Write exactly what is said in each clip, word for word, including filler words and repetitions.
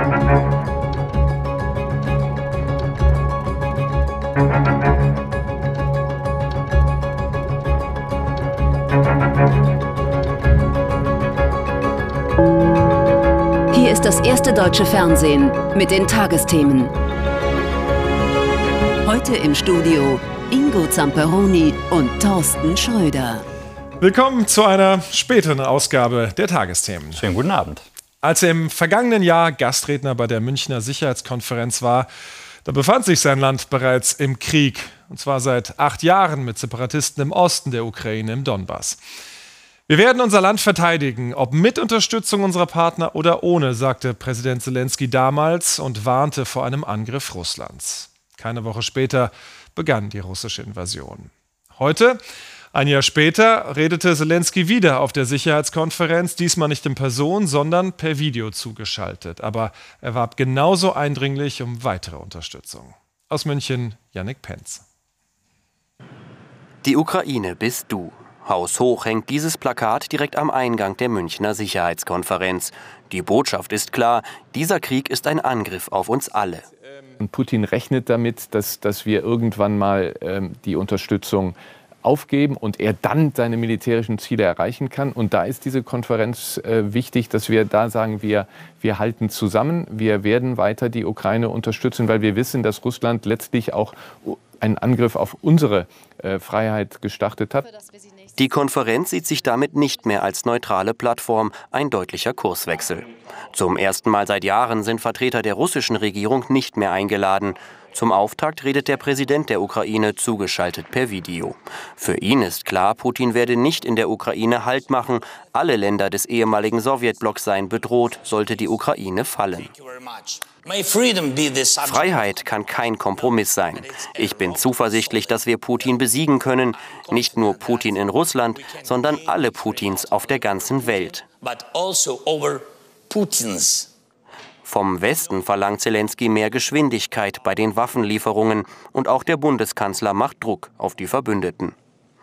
Hier ist das erste deutsche Fernsehen mit den Tagesthemen. Heute im Studio Ingo Zamperoni und Thorsten Schröder. Willkommen zu einer späteren Ausgabe der Tagesthemen. Schönen guten Abend. Als er im vergangenen Jahr Gastredner bei der Münchner Sicherheitskonferenz war, da befand sich sein Land bereits im Krieg. Und zwar seit acht Jahren mit Separatisten im Osten der Ukraine, im Donbass. Wir werden unser Land verteidigen, ob mit Unterstützung unserer Partner oder ohne, sagte Präsident Selenskyj damals und warnte vor einem Angriff Russlands. Keine Woche später begann die russische Invasion. Heute, ein Jahr später, redete Selenskyj wieder auf der Sicherheitskonferenz, diesmal nicht in Person, sondern per Video zugeschaltet. Aber er warb genauso eindringlich um weitere Unterstützung. Aus München, Jannik Penz. Die Ukraine bist du. Haushoch hängt dieses Plakat direkt am Eingang der Münchner Sicherheitskonferenz. Die Botschaft ist klar, dieser Krieg ist ein Angriff auf uns alle. Und Putin rechnet damit, dass, dass wir irgendwann mal ähm, die Unterstützung aufgeben und er dann seine militärischen Ziele erreichen kann. Und da ist diese Konferenz äh, wichtig, dass wir da sagen, wir, wir halten zusammen, wir werden weiter die Ukraine unterstützen, weil wir wissen, dass Russland letztlich auch einen Angriff auf unsere äh, Freiheit gestartet hat. Die Konferenz sieht sich damit nicht mehr als neutrale Plattform, ein deutlicher Kurswechsel. Zum ersten Mal seit Jahren sind Vertreter der russischen Regierung nicht mehr eingeladen. Zum Auftakt redet der Präsident der Ukraine zugeschaltet per Video. Für ihn ist klar, Putin werde nicht in der Ukraine Halt machen. Alle Länder des ehemaligen Sowjetblocks seien bedroht, sollte die Ukraine fallen. Freiheit kann kein Kompromiss sein. Ich bin zuversichtlich, dass wir Putin besiegen können. Nicht nur Putin in Russland, sondern alle Putins auf der ganzen Welt. Vom Westen verlangt Selenskyj mehr Geschwindigkeit bei den Waffenlieferungen und auch der Bundeskanzler macht Druck auf die Verbündeten.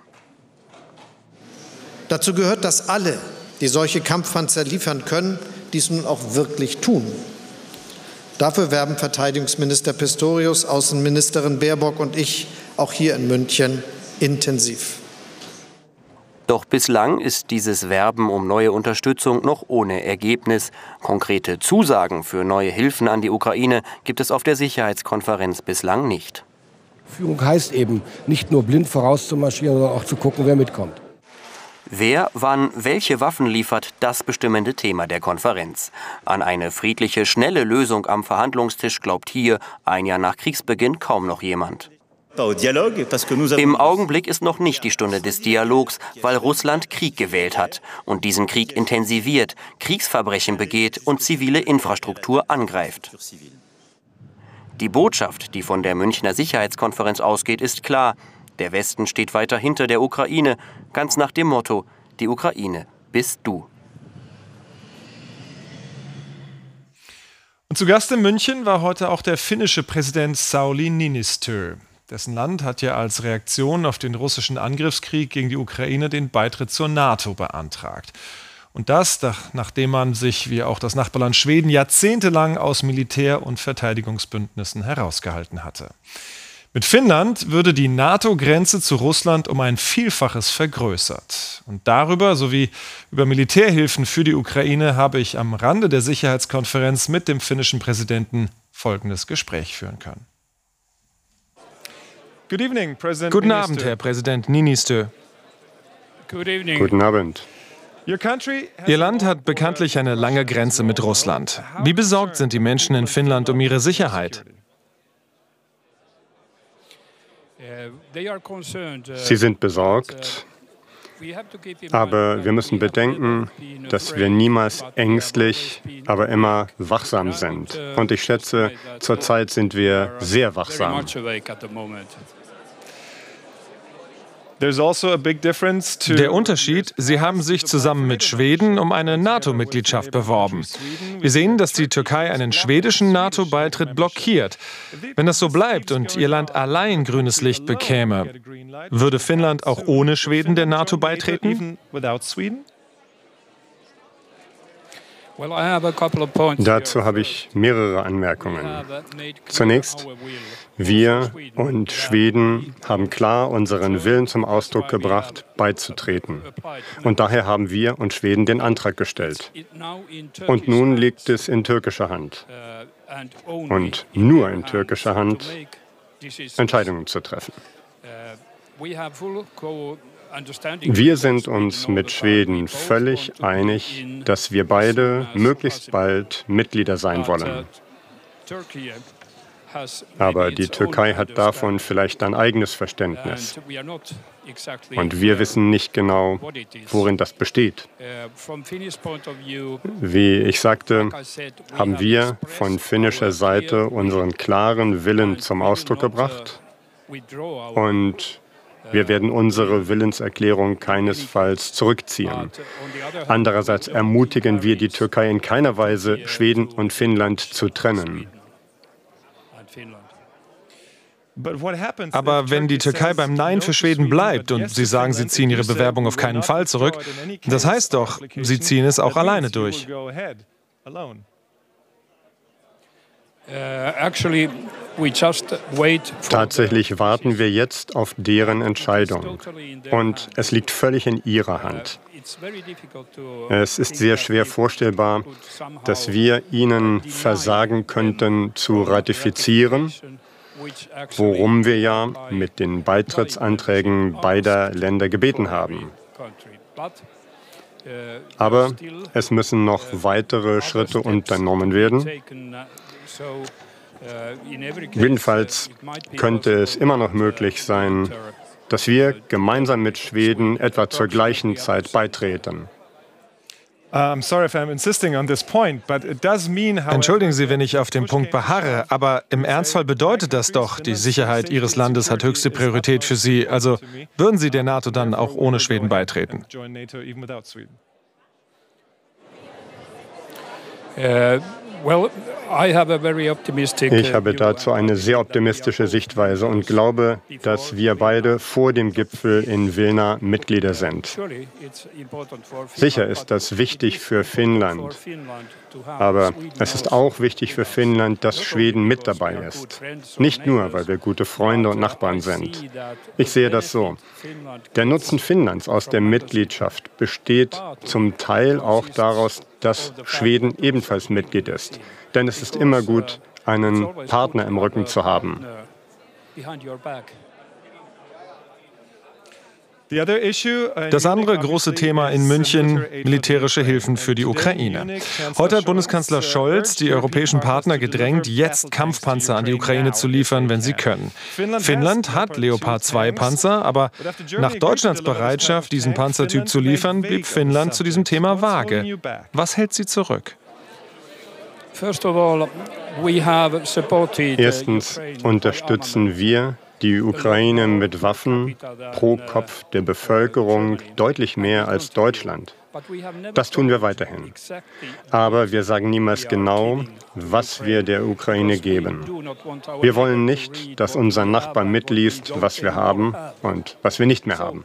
Dazu gehört, dass alle, die solche Kampfpanzer liefern können, dies nun auch wirklich tun. Dafür werben Verteidigungsminister Pistorius, Außenministerin Baerbock und ich auch hier in München intensiv. Doch bislang ist dieses Werben um neue Unterstützung noch ohne Ergebnis. Konkrete Zusagen für neue Hilfen an die Ukraine gibt es auf der Sicherheitskonferenz bislang nicht. Führung heißt eben, nicht nur blind vorauszumarschieren, sondern auch zu gucken, wer mitkommt. Wer, wann, welche Waffen liefert, das bestimmende Thema der Konferenz. An eine friedliche, schnelle Lösung am Verhandlungstisch glaubt hier, ein Jahr nach Kriegsbeginn, kaum noch jemand. Im Augenblick ist noch nicht die Stunde des Dialogs, weil Russland Krieg gewählt hat und diesen Krieg intensiviert, Kriegsverbrechen begeht und zivile Infrastruktur angreift. Die Botschaft, die von der Münchner Sicherheitskonferenz ausgeht, ist klar. Der Westen steht weiter hinter der Ukraine, ganz nach dem Motto, die Ukraine bist du. Und zu Gast in München war heute auch der finnische Präsident Sauli Niinistö. Dessen Land hat ja als Reaktion auf den russischen Angriffskrieg gegen die Ukraine den Beitritt zur NATO beantragt. Und das, nachdem man sich, wie auch das Nachbarland Schweden, jahrzehntelang aus Militär- und Verteidigungsbündnissen herausgehalten hatte. Mit Finnland würde die NATO-Grenze zu Russland um ein Vielfaches vergrößert. Und darüber sowie über Militärhilfen für die Ukraine habe ich am Rande der Sicherheitskonferenz mit dem finnischen Präsidenten folgendes Gespräch führen können. Good evening, President Guten Niinistö. Abend, Herr Präsident Niinistö. Guten Abend. Ihr Land hat bekanntlich eine lange Grenze mit Russland. Wie besorgt sind die Menschen in Finnland um ihre Sicherheit? Sie sind besorgt, aber wir müssen bedenken, dass wir niemals ängstlich, aber immer wachsam sind. Und ich schätze, zurzeit sind wir sehr wachsam. Der Unterschied, Sie haben sich zusammen mit Schweden um eine NATO-Mitgliedschaft beworben. Wir sehen, dass die Türkei einen schwedischen NATO-Beitritt blockiert. Wenn das so bleibt und Ihr Land allein grünes Licht bekäme, würde Finnland auch ohne Schweden der NATO beitreten? Dazu habe ich mehrere Anmerkungen. Zunächst, wir und Schweden haben klar unseren Willen zum Ausdruck gebracht, beizutreten. Und daher haben wir und Schweden den Antrag gestellt. Und nun liegt es in türkischer Hand und nur in türkischer Hand, Entscheidungen zu treffen. Wir sind uns mit Schweden völlig einig, dass wir beide möglichst bald Mitglieder sein wollen. Aber die Türkei hat davon vielleicht ein eigenes Verständnis. Und wir wissen nicht genau, worin das besteht. Wie ich sagte, haben wir von finnischer Seite unseren klaren Willen zum Ausdruck gebracht. Und wir werden unsere Willenserklärung keinesfalls zurückziehen. Andererseits ermutigen wir die Türkei in keiner Weise, Schweden und Finnland zu trennen. Aber wenn die Türkei beim Nein für Schweden bleibt und Sie sagen, Sie ziehen Ihre Bewerbung auf keinen Fall zurück, das heißt doch, Sie ziehen es auch alleine durch. Tatsächlich warten wir jetzt auf deren Entscheidung. Und es liegt völlig in ihrer Hand. Es ist sehr schwer vorstellbar, dass wir ihnen versagen könnten, zu ratifizieren, worum wir ja mit den Beitrittsanträgen beider Länder gebeten haben. Aber es müssen noch weitere Schritte unternommen werden. Jedenfalls könnte es immer noch möglich sein, dass wir gemeinsam mit Schweden etwa zur gleichen Zeit beitreten. Entschuldigen Sie, wenn ich auf dem Punkt beharre, aber im Ernstfall bedeutet das doch, die Sicherheit Ihres Landes hat höchste Priorität für Sie. Also würden Sie der NATO dann auch ohne Schweden beitreten? Uh, well, I have a very optimistic, ich habe dazu eine sehr optimistische Sichtweise und glaube, dass wir beide vor dem Gipfel in Vilna Mitglieder sind. Sicher ist das wichtig für Finnland, aber es ist auch wichtig für Finnland, dass Schweden mit dabei ist. Nicht nur, weil wir gute Freunde und Nachbarn sind. Ich sehe das so. Der Nutzen Finnlands aus der Mitgliedschaft besteht zum Teil auch daraus, dass Schweden ebenfalls Mitglied ist. Denn es ist immer gut, einen Partner im Rücken zu haben. Das andere große Thema in München, militärische Hilfen für die Ukraine. Heute hat Bundeskanzler Scholz die europäischen Partner gedrängt, jetzt Kampfpanzer an die Ukraine zu liefern, wenn sie können. Finnland hat Leopard zwei Panzer, aber nach Deutschlands Bereitschaft, diesen Panzertyp zu liefern, blieb Finnland zu diesem Thema vage. Was hält sie zurück? Erstens unterstützen wir die Ukraine mit Waffen pro Kopf der Bevölkerung deutlich mehr als Deutschland. Das tun wir weiterhin. Aber wir sagen niemals genau, was wir der Ukraine geben. Wir wollen nicht, dass unser Nachbar mitliest, was wir haben und was wir nicht mehr haben.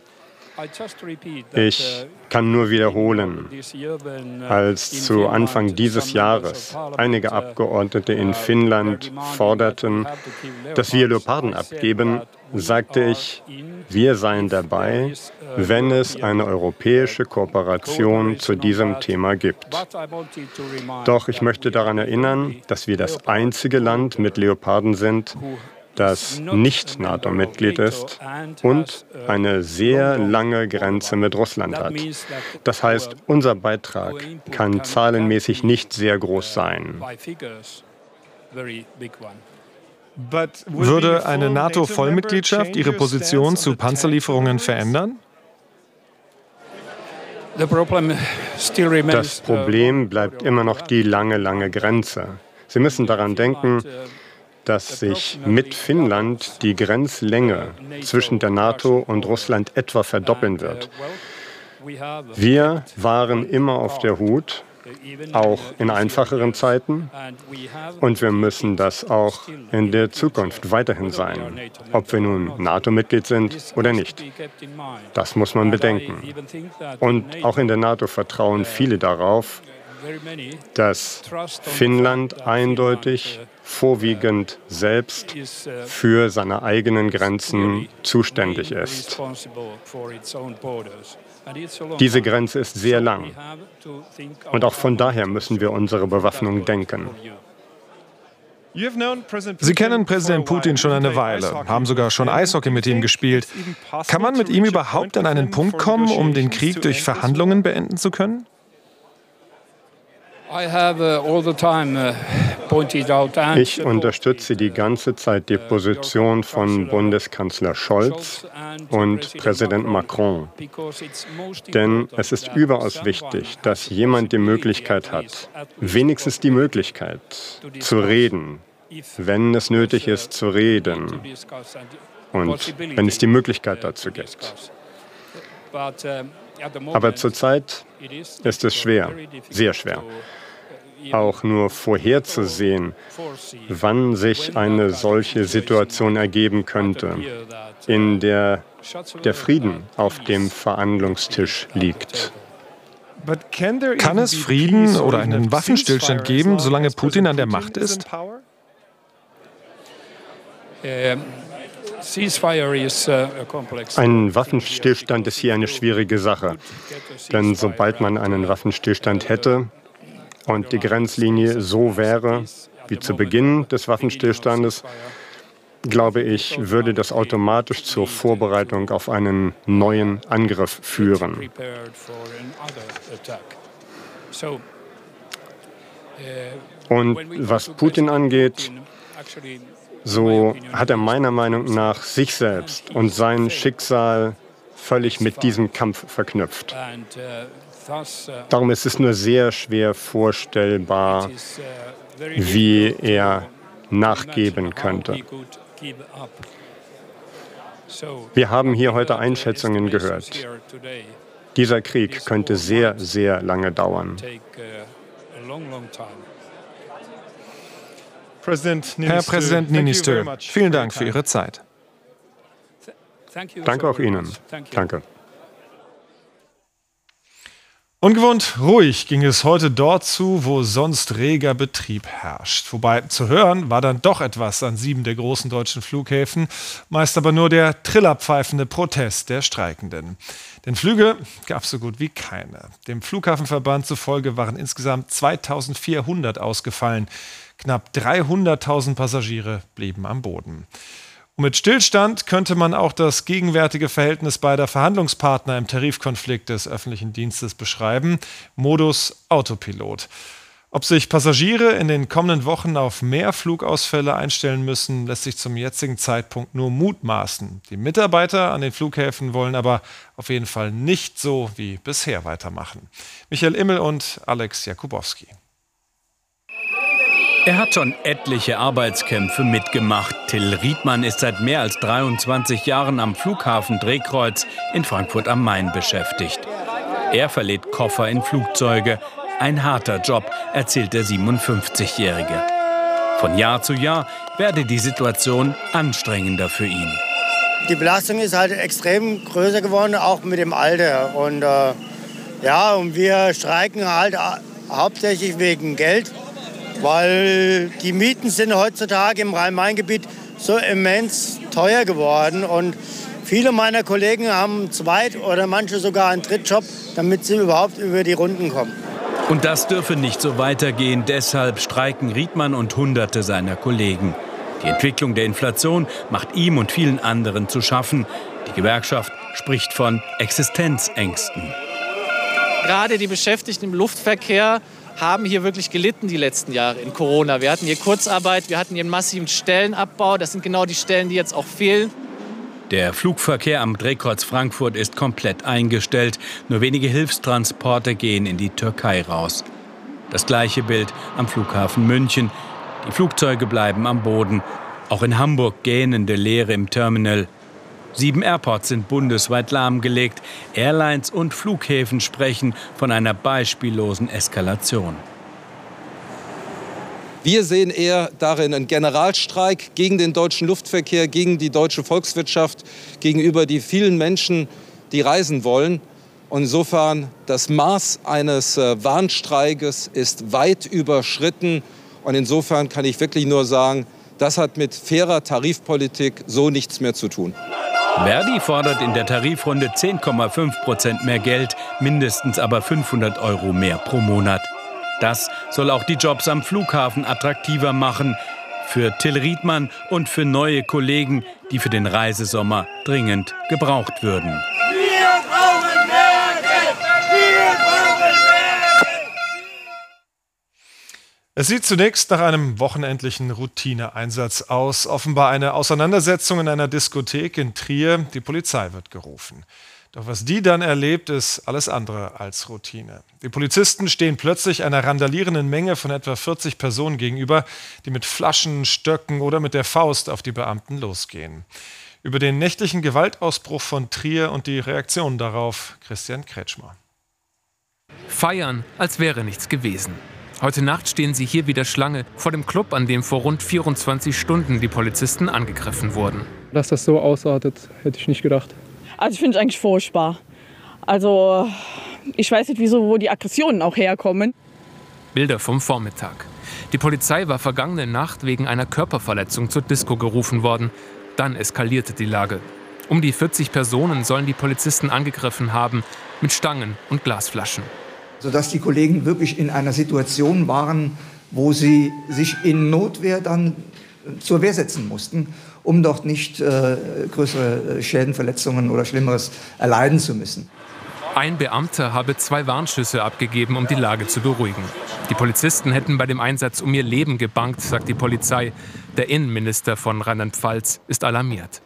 Ich kann nur wiederholen, als zu Anfang dieses Jahres einige Abgeordnete in Finnland forderten, dass wir Leoparden abgeben, sagte ich, wir seien dabei, wenn es eine europäische Kooperation zu diesem Thema gibt. Doch ich möchte daran erinnern, dass wir das einzige Land mit Leoparden sind, das nicht NATO-Mitglied ist und eine sehr lange Grenze mit Russland hat. Das heißt, unser Beitrag kann zahlenmäßig nicht sehr groß sein. Würde eine NATO-Vollmitgliedschaft Ihre Position zu Panzerlieferungen verändern? Das Problem bleibt immer noch die lange, lange Grenze. Sie müssen daran denken, dass sich mit Finnland die Grenzlänge zwischen der NATO und Russland etwa verdoppeln wird. Wir waren immer auf der Hut, auch in einfacheren Zeiten, und wir müssen das auch in der Zukunft weiterhin sein, ob wir nun NATO-Mitglied sind oder nicht. Das muss man bedenken. Und auch in der NATO vertrauen viele darauf, dass Finnland eindeutig vorwiegend selbst für seine eigenen Grenzen zuständig ist. Diese Grenze ist sehr lang und auch von daher müssen wir unsere Bewaffnung denken. Sie kennen Präsident Putin schon eine Weile, haben sogar schon Eishockey mit ihm gespielt. Kann man mit ihm überhaupt an einen Punkt kommen, um den Krieg durch Verhandlungen beenden zu können? Ich unterstütze die ganze Zeit die Position von Bundeskanzler Scholz und Präsident Macron. Denn es ist überaus wichtig, dass jemand die Möglichkeit hat, wenigstens die Möglichkeit zu reden, wenn es nötig ist, zu reden und wenn es die Möglichkeit dazu gibt. Aber zurzeit ist es schwer, sehr schwer, auch nur vorherzusehen, wann sich eine solche Situation ergeben könnte, in der der Frieden auf dem Verhandlungstisch liegt. Kann es Frieden oder einen Waffenstillstand geben, solange Putin an der Macht ist? Ein Waffenstillstand ist hier eine schwierige Sache, denn sobald man einen Waffenstillstand hätte und die Grenzlinie so wäre wie zu Beginn des Waffenstillstandes, glaube ich, würde das automatisch zur Vorbereitung auf einen neuen Angriff führen. Und was Putin angeht, so hat er meiner Meinung nach sich selbst und sein Schicksal völlig mit diesem Kampf verknüpft. Darum ist es nur sehr schwer vorstellbar, wie er nachgeben könnte. Wir haben hier heute Einschätzungen gehört. Dieser Krieg könnte sehr, sehr lange dauern. Herr Präsident Niinistö, vielen Dank für Ihre Zeit. Danke auch Ihnen. Danke. Ungewohnt ruhig ging es heute dort zu, wo sonst reger Betrieb herrscht. Wobei zu hören war dann doch etwas an sieben der großen deutschen Flughäfen, meist aber nur der trillerpfeifende Protest der Streikenden. Denn Flüge gab es so gut wie keine. Dem Flughafenverband zufolge waren insgesamt zweitausendvierhundert ausgefallen. Knapp dreihunderttausend Passagiere blieben am Boden. Und mit Stillstand könnte man auch das gegenwärtige Verhältnis beider Verhandlungspartner im Tarifkonflikt des öffentlichen Dienstes beschreiben. Modus Autopilot. Ob sich Passagiere in den kommenden Wochen auf mehr Flugausfälle einstellen müssen, lässt sich zum jetzigen Zeitpunkt nur mutmaßen. Die Mitarbeiter an den Flughäfen wollen aber auf jeden Fall nicht so wie bisher weitermachen. Michael Immel und Alex Jakubowski. Er hat schon etliche Arbeitskämpfe mitgemacht. Till Riedmann ist seit mehr als dreiundzwanzig Jahren am Flughafen Drehkreuz in Frankfurt am Main beschäftigt. Er verlädt Koffer in Flugzeuge. Ein harter Job, erzählt der siebenundfünfzigjährige. Von Jahr zu Jahr werde die Situation anstrengender für ihn. Die Belastung ist halt extrem größer geworden, auch mit dem Alter. Und äh, ja, und wir streiken halt hauptsächlich wegen Geld. Weil die Mieten sind heutzutage im Rhein-Main-Gebiet so immens teuer geworden. Und viele meiner Kollegen haben einen Zweit- oder manche sogar einen Drittjob, damit sie überhaupt über die Runden kommen. Und das dürfe nicht so weitergehen. Deshalb streiken Riedmann und Hunderte seiner Kollegen. Die Entwicklung der Inflation macht ihm und vielen anderen zu schaffen. Die Gewerkschaft spricht von Existenzängsten. Gerade die Beschäftigten im Luftverkehr haben hier wirklich gelitten die letzten Jahre in Corona. Wir hatten hier Kurzarbeit, wir hatten hier einen massiven Stellenabbau. Das sind genau die Stellen, die jetzt auch fehlen. Der Flugverkehr am Drehkreuz Frankfurt ist komplett eingestellt. Nur wenige Hilfstransporte gehen in die Türkei raus. Das gleiche Bild am Flughafen München. Die Flugzeuge bleiben am Boden. Auch in Hamburg gähnende Leere im Terminal. Sieben Airports sind bundesweit lahmgelegt. Airlines und Flughäfen sprechen von einer beispiellosen Eskalation. Wir sehen eher darin einen Generalstreik gegen den deutschen Luftverkehr, gegen die deutsche Volkswirtschaft, gegenüber die vielen Menschen, die reisen wollen. Und insofern, das Maß eines äh, Warnstreikes ist weit überschritten. Und insofern kann ich wirklich nur sagen, das hat mit fairer Tarifpolitik so nichts mehr zu tun. Verdi fordert in der Tarifrunde zehn Komma fünf Prozent mehr Geld, mindestens aber fünfhundert Euro mehr pro Monat. Das soll auch die Jobs am Flughafen attraktiver machen. Für Till Riedmann und für neue Kollegen, die für den Reisesommer dringend gebraucht würden. Wir brauchen mehr Geld! Wir brauchen mehr Geld! Es sieht zunächst nach einem wochenendlichen Routineeinsatz aus. Offenbar eine Auseinandersetzung in einer Diskothek in Trier. Die Polizei wird gerufen. Doch was die dann erlebt, ist alles andere als Routine. Die Polizisten stehen plötzlich einer randalierenden Menge von etwa vierzig Personen gegenüber, die mit Flaschen, Stöcken oder mit der Faust auf die Beamten losgehen. Über den nächtlichen Gewaltausbruch von Trier und die Reaktionen darauf Christian Kretschmer. Feiern, als wäre nichts gewesen. Heute Nacht stehen sie hier wieder Schlange vor dem Club, an dem vor rund vierundzwanzig Stunden die Polizisten angegriffen wurden. Dass das so ausartet, hätte ich nicht gedacht. Also ich finde es eigentlich furchtbar. Also ich weiß nicht, wieso, wo die Aggressionen auch herkommen. Bilder vom Vormittag. Die Polizei war vergangene Nacht wegen einer Körperverletzung zur Disco gerufen worden. Dann eskalierte die Lage. Um die vierzig Personen sollen die Polizisten angegriffen haben mit Stangen und Glasflaschen. Sodass die Kollegen wirklich in einer Situation waren, wo sie sich in Notwehr dann zur Wehr setzen mussten, um dort nicht äh, größere Schäden, Verletzungen oder Schlimmeres erleiden zu müssen. Ein Beamter habe zwei Warnschüsse abgegeben, um die Lage zu beruhigen. Die Polizisten hätten bei dem Einsatz um ihr Leben gebangt, sagt die Polizei. Der Innenminister von Rheinland-Pfalz ist alarmiert.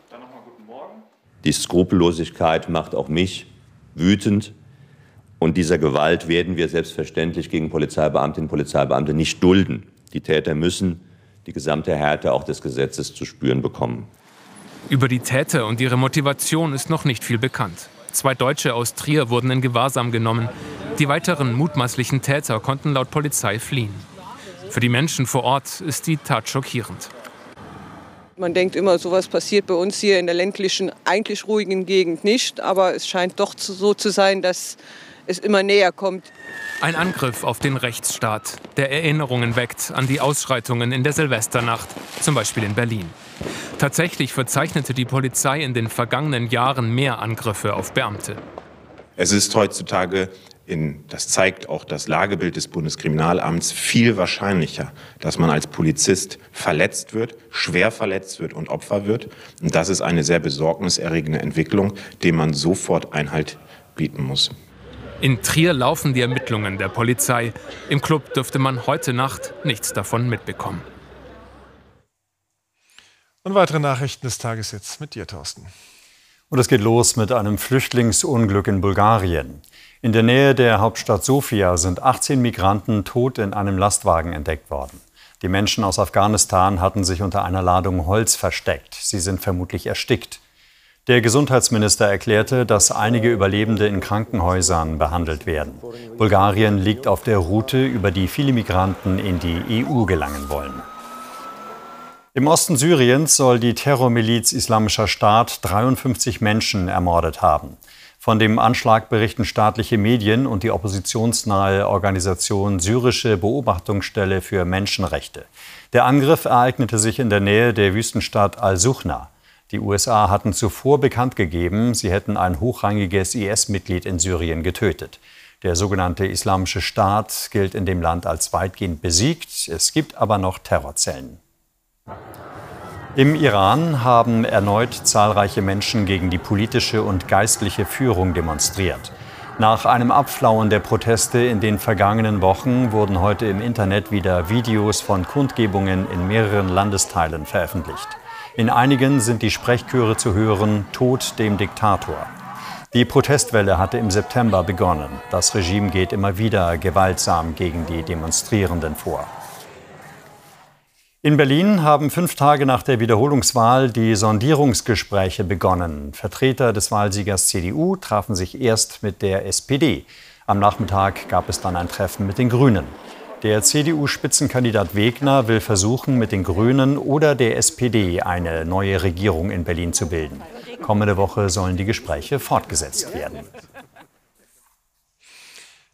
Die Skrupellosigkeit macht auch mich wütend. Und dieser Gewalt werden wir selbstverständlich gegen Polizeibeamtinnen und Polizeibeamte nicht dulden. Die Täter müssen die gesamte Härte auch des Gesetzes zu spüren bekommen. Über die Täter und ihre Motivation ist noch nicht viel bekannt. Zwei Deutsche aus Trier wurden in Gewahrsam genommen. Die weiteren mutmaßlichen Täter konnten laut Polizei fliehen. Für die Menschen vor Ort ist die Tat schockierend. Man denkt immer, sowas passiert bei uns hier in der ländlichen, eigentlich ruhigen Gegend nicht. Aber es scheint doch so zu sein, dass es immer näher kommt. Ein Angriff auf den Rechtsstaat, der Erinnerungen weckt an die Ausschreitungen in der Silvesternacht, zum Beispiel in Berlin. Tatsächlich verzeichnete die Polizei in den vergangenen Jahren mehr Angriffe auf Beamte. Es ist heutzutage, in, das zeigt auch das Lagebild des Bundeskriminalamts, viel wahrscheinlicher, dass man als Polizist verletzt wird, schwer verletzt wird und Opfer wird. Und das ist eine sehr besorgniserregende Entwicklung, dem man sofort Einhalt bieten muss. In Trier laufen die Ermittlungen der Polizei. Im Club dürfte man heute Nacht nichts davon mitbekommen. Und weitere Nachrichten des Tages jetzt mit dir, Thorsten. Und es geht los mit einem Flüchtlingsunglück in Bulgarien. In der Nähe der Hauptstadt Sofia sind achtzehn Migranten tot in einem Lastwagen entdeckt worden. Die Menschen aus Afghanistan hatten sich unter einer Ladung Holz versteckt. Sie sind vermutlich erstickt. Der Gesundheitsminister erklärte, dass einige Überlebende in Krankenhäusern behandelt werden. Bulgarien liegt auf der Route, über die viele Migranten in die E U gelangen wollen. Im Osten Syriens soll die Terrormiliz Islamischer Staat dreiundfünfzig Menschen ermordet haben. Von dem Anschlag berichten staatliche Medien und die oppositionsnahe Organisation Syrische Beobachtungsstelle für Menschenrechte. Der Angriff ereignete sich in der Nähe der Wüstenstadt al-Suchna. Die U S A hatten zuvor bekannt gegeben, sie hätten ein hochrangiges I S-Mitglied in Syrien getötet. Der sogenannte Islamische Staat gilt in dem Land als weitgehend besiegt. Es gibt aber noch Terrorzellen. Im Iran haben erneut zahlreiche Menschen gegen die politische und geistliche Führung demonstriert. Nach einem Abflauen der Proteste in den vergangenen Wochen wurden heute im Internet wieder Videos von Kundgebungen in mehreren Landesteilen veröffentlicht. In einigen sind die Sprechchöre zu hören, Tod dem Diktator. Die Protestwelle hatte im September begonnen. Das Regime geht immer wieder gewaltsam gegen die Demonstrierenden vor. In Berlin haben fünf Tage nach der Wiederholungswahl die Sondierungsgespräche begonnen. Vertreter des Wahlsiegers C D U trafen sich erst mit der S P D. Am Nachmittag gab es dann ein Treffen mit den Grünen. Der C D U-Spitzenkandidat Wegner will versuchen, mit den Grünen oder der S P D eine neue Regierung in Berlin zu bilden. Kommende Woche sollen die Gespräche fortgesetzt werden.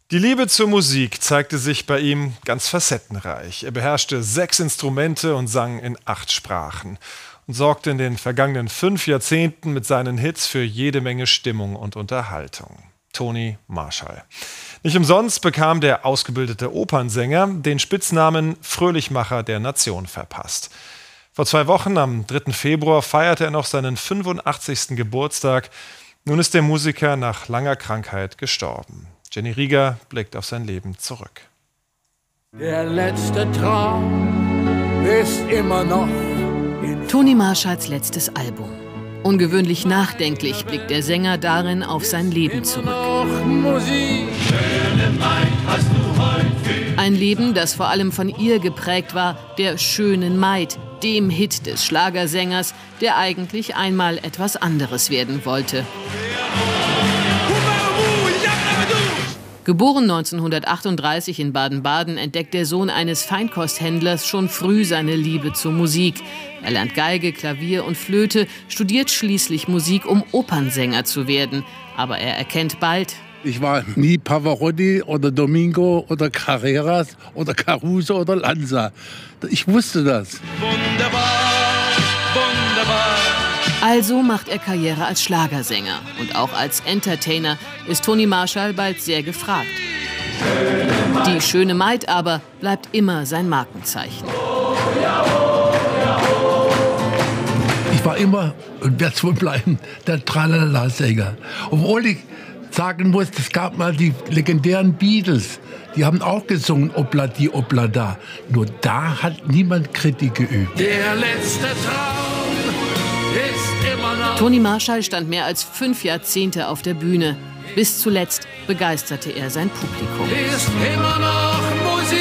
Die Liebe zur Musik zeigte sich bei ihm ganz facettenreich. Er beherrschte sechs Instrumente und sang in acht Sprachen und sorgte in den vergangenen fünf Jahrzehnten mit seinen Hits für jede Menge Stimmung und Unterhaltung. Toni Marshall. Nicht umsonst bekam der ausgebildete Opernsänger den Spitznamen Fröhlichmacher der Nation verpasst. Vor zwei Wochen, am dritten Februar, feierte er noch seinen fünfundachtzigsten Geburtstag. Nun ist der Musiker nach langer Krankheit gestorben. Jenny Rieger blickt auf sein Leben zurück. Der letzte Traum ist immer noch. Toni Marshalls letztes Album. Ungewöhnlich nachdenklich blickt der Sänger darin auf sein Leben zurück. Ein Leben, das vor allem von ihr geprägt war, der schönen Maid, dem Hit des Schlagersängers, der eigentlich einmal etwas anderes werden wollte. Geboren neunzehnhundertachtunddreißig in Baden-Baden, entdeckt der Sohn eines Feinkosthändlers schon früh seine Liebe zur Musik. Er lernt Geige, Klavier und Flöte, studiert schließlich Musik, um Opernsänger zu werden. Aber er erkennt bald: Ich war nie Pavarotti oder Domingo oder Carreras oder Caruso oder Lanza. Ich wusste das. Wunderbar, wunderbar. Also macht er Karriere als Schlagersänger. Und auch als Entertainer ist Toni Marshall bald sehr gefragt. Die schöne Maid aber bleibt immer sein Markenzeichen. Ich war immer und werde es wohl bleiben, der Tralala-Sänger. Obwohl ich sagen muss, es gab mal die legendären Beatles. Die haben auch gesungen Obla di Obla da. Nur da hat niemand Kritik geübt. Der letzte Traum ist immer noch. Toni Marshall stand mehr als fünf Jahrzehnte auf der Bühne. Bis zuletzt begeisterte er sein Publikum. Ist immer noch Musik.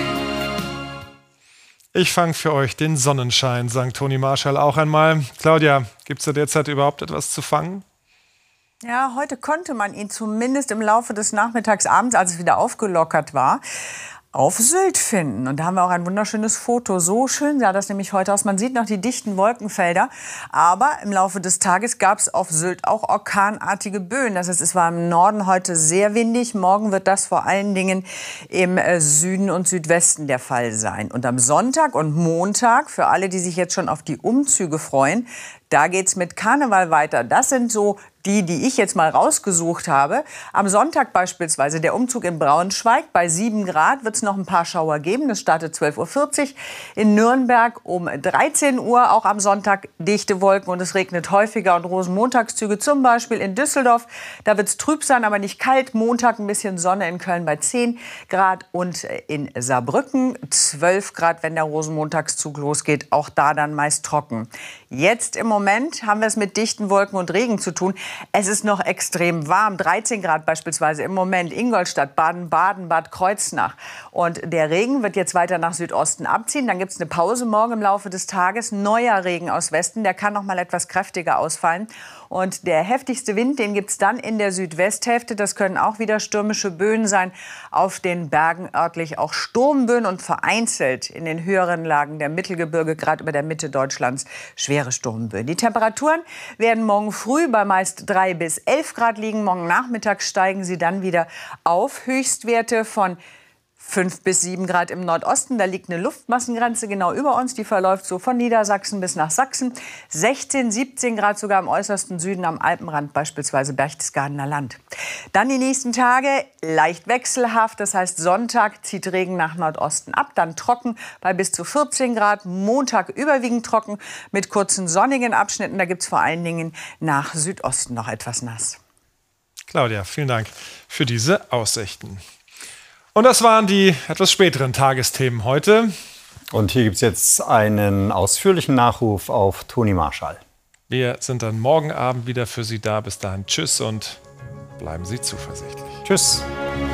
Ich fange für euch den Sonnenschein, sang Toni Marshall auch einmal. Claudia, gibt es da derzeit überhaupt etwas zu fangen? Ja, heute konnte man ihn zumindest im Laufe des Nachmittagsabends, als es wieder aufgelockert war, auf Sylt finden. Und da haben wir auch ein wunderschönes Foto. So schön sah das nämlich heute aus. Man sieht noch die dichten Wolkenfelder. Aber im Laufe des Tages gab es auf Sylt auch orkanartige Böen. Das heißt, es war im Norden heute sehr windig. Morgen wird das vor allen Dingen im Süden und Südwesten der Fall sein. Und am Sonntag und Montag, für alle, die sich jetzt schon auf die Umzüge freuen, da geht's mit Karneval weiter. Das sind so die, die ich jetzt mal rausgesucht habe. Am Sonntag beispielsweise der Umzug in Braunschweig. Bei sieben Grad wird es noch ein paar Schauer geben. Das startet zwölf Uhr vierzig. In Nürnberg um dreizehn Uhr auch am Sonntag dichte Wolken und es regnet häufiger. Und Rosenmontagszüge zum Beispiel in Düsseldorf. Da wird es trüb sein, aber nicht kalt. Montag ein bisschen Sonne in Köln bei zehn Grad. Und in Saarbrücken zwölf Grad, wenn der Rosenmontagszug losgeht. Auch da dann meist trocken. Jetzt im Moment haben wir es mit dichten Wolken und Regen zu tun. Es ist noch extrem warm, dreizehn Grad beispielsweise im Moment, Ingolstadt, Baden-Baden, Bad Kreuznach. Und der Regen wird jetzt weiter nach Südosten abziehen. Dann gibt es eine Pause morgen im Laufe des Tages. Neuer Regen aus Westen, der kann noch mal etwas kräftiger ausfallen. Und der heftigste Wind, den gibt es dann in der Südwesthälfte. Das können auch wieder stürmische Böen sein. Auf den Bergen örtlich auch Sturmböen und vereinzelt in den höheren Lagen der Mittelgebirge, gerade über der Mitte Deutschlands, schwere Sturmböen. Die Temperaturen werden morgen früh bei meist drei bis elf Grad liegen. Morgen Nachmittag steigen sie dann wieder auf Höchstwerte von fünf bis sieben Grad im Nordosten. Da liegt eine Luftmassengrenze genau über uns. Die verläuft so von Niedersachsen bis nach Sachsen. sechzehn, siebzehn Grad sogar im äußersten Süden am Alpenrand, beispielsweise Berchtesgadener Land. Dann die nächsten Tage leicht wechselhaft. Das heißt, Sonntag zieht Regen nach Nordosten ab. Dann trocken bei bis zu vierzehn Grad. Montag überwiegend trocken mit kurzen sonnigen Abschnitten. Da gibt es vor allen Dingen nach Südosten noch etwas nass. Claudia, vielen Dank für diese Aussichten. Und das waren die etwas späteren Tagesthemen heute. Und hier gibt es jetzt einen ausführlichen Nachruf auf Toni Marshall. Wir sind dann morgen Abend wieder für Sie da. Bis dahin tschüss und bleiben Sie zuversichtlich. Tschüss.